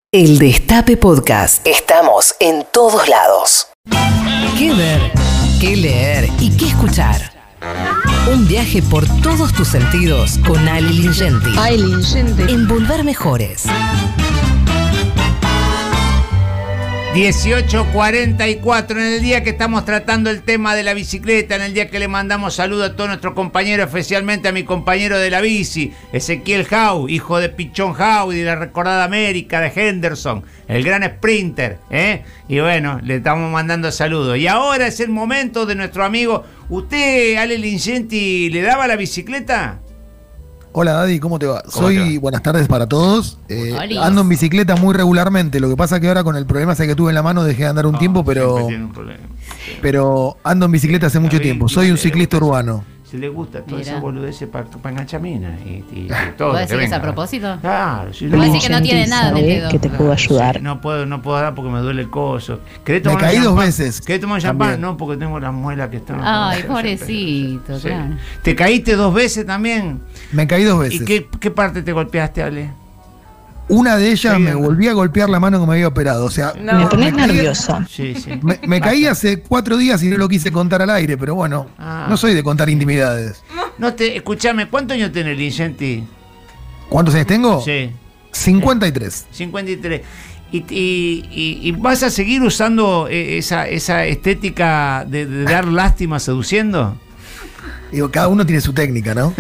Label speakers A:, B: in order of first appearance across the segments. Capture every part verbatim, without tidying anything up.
A: El Destape Podcast. Estamos en todos lados. ¿Qué ver? ¿Qué leer? ¿Y qué escuchar? Un viaje por todos tus sentidos con Ali Lingenti.
B: Ay, Lingenti.
A: En Volver Mejores.
C: dieciocho cuarenta y cuatro, en el día que estamos tratando el tema de la bicicleta, en el día que le mandamos saludos a todos nuestros compañeros, especialmente a mi compañero de la bici, Ezequiel Jau, hijo de Pichón Jau y de la recordada América de Henderson, el gran sprinter, ¿eh? Y bueno, le estamos mandando saludos. Y ahora es el momento de nuestro amigo. ¿Usted, Ale Lingenti, le daba la bicicleta?
D: Hola Daddy, ¿cómo te va?
C: ¿Cómo
D: Soy,
C: te va?
D: Buenas tardes para todos. Eh, ando en bicicleta muy regularmente. Lo que pasa que ahora con el problema ese que tuve en la mano dejé de andar un
C: No,
D: tiempo, pero
C: siempre tiene un problema. Sí.
D: pero ando en bicicleta hace mucho
C: David,
D: tiempo. Soy un
C: se le
D: ciclista
C: gusta-
D: urbano.
C: Se le gusta toda
B: Mira.
C: esa boludez para pa enganchar minas y, y, y todo.
B: ¿Vos
C: lo que
B: decís
C: venga.
B: a propósito?
C: Claro, si
B: Vos decís que no tiene nada en el dedo.
E: que te puedo ayudar.
C: Sí, no puedo, no puedo dar porque me duele el coso. ¿Querés
D: Me
C: tomar
D: caí
C: un
D: dos
C: champán?
D: veces.
C: ¿Querés tomar un champán?
D: También.
C: No, porque tengo las muelas que están.
B: Ay,
C: Sí,
B: pobrecito,
C: sí.
B: claro.
C: ¿Te caíste dos veces también?
D: Me caí dos
C: ¿Y
D: veces.
C: qué, qué parte te golpeaste, Ale?
D: Una de ellas
C: Sí,
D: me
C: anda.
D: volví a golpear la mano que me había operado. O sea,
E: Me pones
D: caí-
E: nervioso.
C: Sí, sí.
D: Me, me caí hace cuatro días y no lo quise contar al aire, pero bueno,
C: Ah.
D: no soy de contar intimidades.
C: No te, escuchame, ¿cuántos años tenés, Lingenti?
D: ¿Cuántos años tengo?
C: Sí.
D: cincuenta y tres.
C: cincuenta y tres. ¿Y, y, y, y vas a seguir usando eh, esa, esa estética de, de dar lástima seduciendo?
D: Digo, cada uno tiene su técnica, ¿no?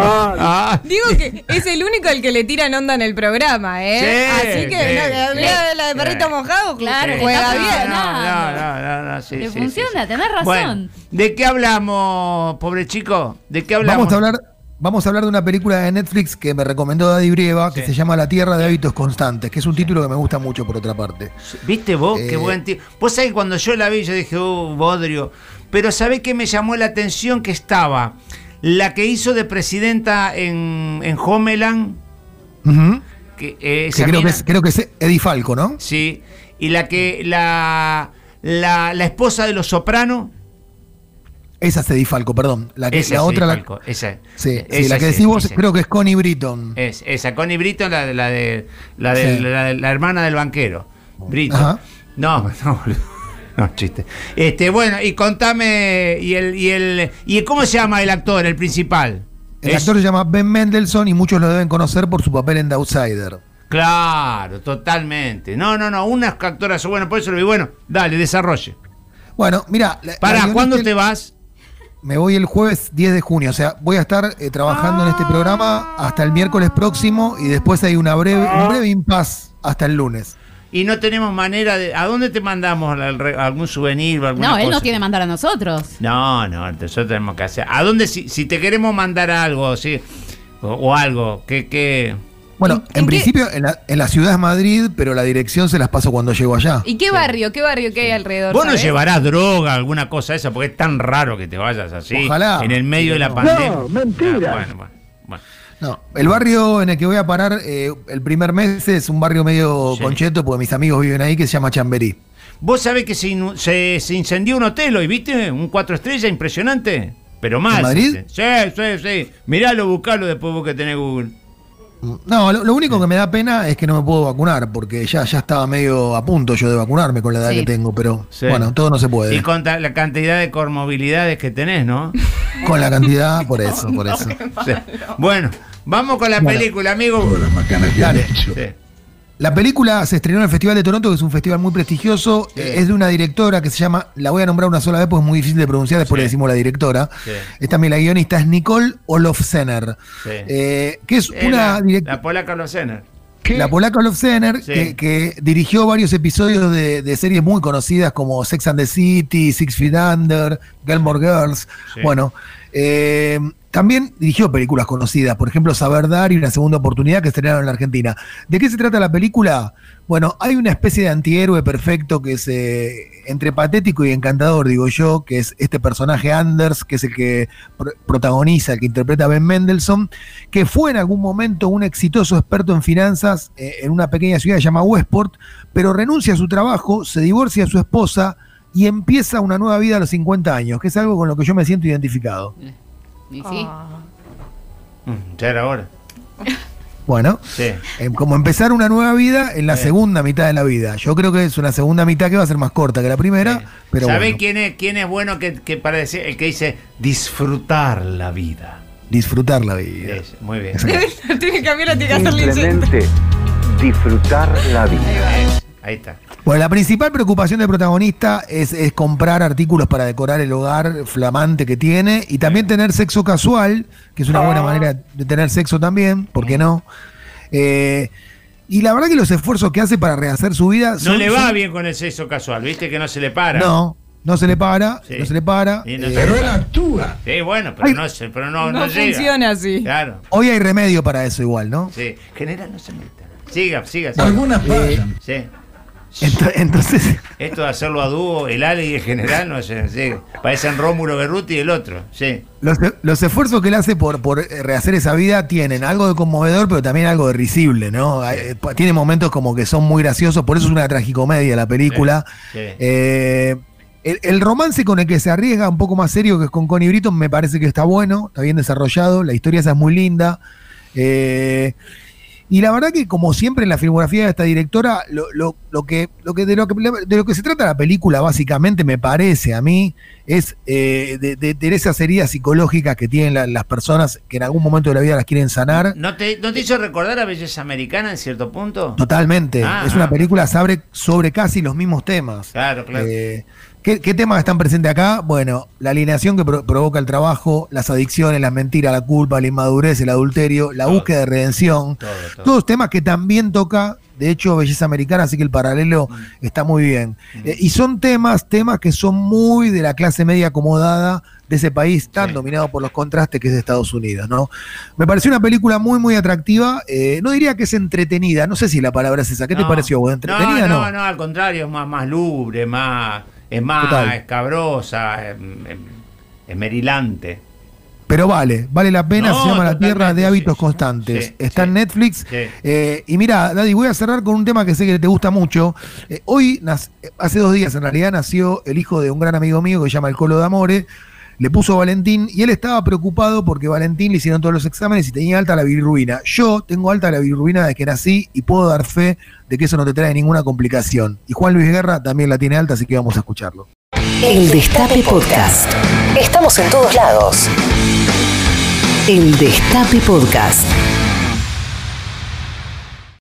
C: Ah,
F: Digo que es el único al que le tiran onda en el programa, ¿eh?
C: Sí,
F: Así que
C: sí,
F: no,
C: sí.
F: mira la de perrito
C: Sí.
F: mojado,
B: Claro, le
F: juega
B: está
F: bien.
B: funcionando.
C: No, no, no, no, sí,
B: Le
C: sí,
B: funciona,
C: sí, sí.
B: tenés razón.
C: Bueno, ¿de qué hablamos, pobre chico? ¿De qué hablamos?
D: Vamos a hablar, vamos a hablar de una película de Netflix que me recomendó Daddy Brieva, que
C: Sí.
D: se llama La Tierra de Hábitos Constantes, que es un título que me gusta mucho por otra parte.
C: ¿Viste vos? Qué
D: Eh.
C: buen tío. Vos sabés que cuando yo la vi, yo dije, uh, bodrio. Pero ¿sabés qué me llamó la atención? Que estaba la que hizo de presidenta en, en Homeland.
D: Ujú.
C: Que, eh,
D: Que
C: esa
D: creo, que
C: mina-
D: es, creo que es Eddie Falco, ¿no?
C: Sí. Y la que. La, la, la esposa de los Soprano.
D: Esa es Eddie Falco, perdón. La, que,
C: Esa
D: la
C: es
D: otra, la,
C: Falco, esa.
D: sí, sí,
C: Esa
D: la que
C: sí,
D: decís vos,
C: esa.
D: creo que es Connie Britton.
C: Es, esa, Connie Britton, la, de- la de la, de,
D: Sí.
C: la, de- la hermana del banquero. Britton.
D: Ajá.
C: No, no, boludo. No, chiste. Este, bueno, y contame, y el, y el, y cómo se llama el actor, el principal.
D: El
C: Es-
D: actor se llama Ben Mendelsohn y muchos lo deben conocer por su papel en The Outsider.
C: Claro, totalmente. No, no, no, unas actoras, bueno, por eso lo vi. Bueno, dale, desarrolle.
D: Bueno, mira. la- la
C: Pará,
D: guionista-
C: ¿cuándo te vas?
D: Me voy el jueves diez de junio, o sea, voy a estar eh, trabajando en este programa hasta el miércoles próximo y después hay una breve, un breve impas hasta el lunes.
C: Y no tenemos manera de. ¿A dónde te mandamos al re- algún souvenir o alguna
B: No, él
C: cosa?
B: nos tiene que mandar a nosotros.
C: No, no, nosotros tenemos que hacer. ¿A dónde si, si te queremos mandar algo, sí? O, o algo, que, que.
D: Bueno,
F: ¿En-
D: en,
F: en qué-
D: principio en la, en la ciudad es Madrid, pero la dirección se las paso cuando llego allá.
F: ¿Y qué barrio? ¿Qué barrio que hay alrededor?
C: Vos no
F: sabés?
C: llevarás droga, alguna cosa esa, porque es tan raro que te vayas así.
D: Ojalá.
C: En el medio de la
D: No.
C: pandemia.
E: No, mentira.
C: Ah, bueno, bueno, bueno.
D: No, el barrio en el que voy a parar eh, el primer mes es un barrio medio
C: Sí.
D: concheto, porque mis amigos viven ahí, que se llama Chamberí.
C: Vos sabés que se, inu- se, se incendió un hotel hoy, ¿viste? Un cuatro estrellas impresionante. Pero mal.
D: ¿En Madrid?
C: Sí, sí, sí. Miralo, buscalo después vos que tenés Google.
D: No, lo, lo único que me da pena es que no me puedo vacunar, porque ya, ya estaba medio a punto yo de vacunarme con la edad
B: Sí.
D: que tengo, pero
C: Sí.
D: bueno, todo no se puede.
C: Y con ta- la cantidad de comorbilidades que tenés, ¿no?
D: Con la cantidad, por eso, por eso.
C: Sí. Bueno, vamos con la
D: Bueno.
C: película, amigo.
D: Dale.
C: Sí.
D: La película se estrenó en el Festival de Toronto, que es un festival muy prestigioso.
C: Sí.
D: Eh, Es de una directora que se llama, la voy a nombrar una sola vez porque es muy difícil de pronunciar, después
C: Sí.
D: le decimos la directora.
C: Sí.
D: Es también la guionista, es Nicole Olofsener,
C: Sí.
D: eh, que es
C: Eh,
D: una
C: la,
D: directora.
C: la polaca Losener.
D: La polaca Olofsener,
C: Sí.
D: que, que dirigió varios episodios de, de series muy conocidas como Sex and the City, Six Feet Under, Gilmore Girls.
C: Sí.
D: Bueno, eh, también dirigió películas conocidas, por ejemplo Saber Dar y Una Segunda Oportunidad, que estrenaron en la Argentina. ¿De qué se trata la película? Bueno, hay una especie de antihéroe perfecto que es eh, entre patético y encantador, digo yo, que es este personaje Anders, que es el que pr- protagoniza, el que interpreta a Ben Mendelsohn, que fue en algún momento un exitoso experto en finanzas eh, en una pequeña ciudad que se llama Westport, pero renuncia a su trabajo, se divorcia de su esposa y empieza una nueva vida a los cincuenta años, que es algo con lo que yo me siento identificado.
B: Y sí.
F: Ah.
C: Mm, ya era hora.
D: Bueno,
C: Sí.
D: eh, como empezar una nueva vida en la
C: Sí.
D: segunda mitad de la vida. Yo creo que es una segunda mitad que va a ser más corta que la primera,
C: Sí.
D: pero
C: ¿Sabés
D: bueno,
C: quién es, quién es bueno que, que para decir, el que dice disfrutar la vida?
D: disfrutar la vida.
C: Es, muy bien.
D: Exacto.
F: Tiene que cambiar, tiene que hacerle
E: Simplemente disfrutar la vida.
C: Es, ahí está.
D: Bueno, la principal preocupación del protagonista es, es comprar artículos para decorar el hogar flamante que tiene y también tener sexo casual, que es una buena manera de tener sexo también, ¿por qué no? Eh, y la verdad que los esfuerzos que hace para rehacer su vida
C: No
D: son-
C: le va
D: son-
C: bien con el sexo casual, ¿viste? Que no se le para.
D: No, no se le para,
C: Sí.
D: no se le para.
C: Sí, no
D: Eh,
C: se le para.
G: actúa.
C: Sí, bueno, pero
D: Ay.
C: no, se, pero no,
F: No,
C: no llega.
F: funciona así.
C: Claro,
D: Hoy hay remedio para eso igual, ¿no?
C: sí. General no se meta. Siga, siga. siga.
G: Algunas fallan.
C: Sí.
D: Ento- Entonces,
C: Esto de hacerlo a dúo, el Ale y el general, no sé, sí. Parecen Rómulo Berruti y el otro, sí.
D: los, los esfuerzos que él hace por, por rehacer esa vida tienen algo de conmovedor, pero también algo de risible, ¿no? Hay- Tiene momentos como que son muy graciosos, por eso es una tragicomedia la película.
C: Sí, sí.
D: Eh, el, el romance con el que se arriesga, un poco más serio, que es con Connie Britton, me parece que está bueno, está bien desarrollado, la historia esa es muy linda. Eh, y la verdad que, como siempre en la filmografía de esta directora, lo, lo, lo que, lo que, de, lo que, de lo que se trata la película, básicamente, me parece a mí, es eh, de, de- de esas heridas psicológicas que tienen la- las personas que en algún momento de la vida las quieren sanar.
C: ¿No te, ¿No te hizo recordar a Belleza Americana en cierto punto?
D: Totalmente.
C: Ah,
D: es una
C: ah.
D: película sobre, sobre casi los mismos temas.
C: Claro, claro.
D: Eh, ¿qué, ¿Qué temas están presentes acá? Bueno, la alienación que pro- provoca el trabajo, las adicciones, las mentiras, la culpa, la inmadurez, el adulterio, la
C: Todo.
D: búsqueda de redención.
C: Todo, todo.
D: Todos temas que también toca, de hecho, Belleza Americana, así que el paralelo
C: Mm.
D: está muy bien. Eh, y son temas, temas que son muy de la clase media acomodada de ese país tan
C: Sí.
D: dominado por los contrastes que es de Estados Unidos, ¿no? Me pareció una película muy, muy atractiva. Eh, no diría que es entretenida, no sé si la palabra es esa. ¿Qué te
C: No.
D: pareció vos? ¿Entretenida?
C: No,
D: No,
C: no, no, al contrario, es más, más lubre, más, es más
D: Total.
C: escabrosa, es, es- esmerilante.
D: Pero vale, vale la pena.
C: No,
D: Se llama La Tierra
C: totalmente,
D: de Hábitos
C: sí,
D: Constantes.
C: sí,
D: Está
C: sí.
D: en Netflix.
C: Sí.
D: Eh, y mira, Daddy, voy a cerrar con un tema que sé que te gusta mucho. Eh, hoy, nac- hace dos días en realidad, nació el hijo de un gran amigo mío que se llama el Colo D'Amore. Le puso Valentín y él estaba preocupado porque Valentín le hicieron todos los exámenes y tenía alta la bilirrubina. Yo tengo alta la bilirrubina desde que nací y puedo dar fe de que eso no te trae ninguna complicación. Y Juan Luis Guerra también la tiene alta, así que vamos a escucharlo.
A: El Destape Podcast. Estamos en todos lados. El Destape Podcast.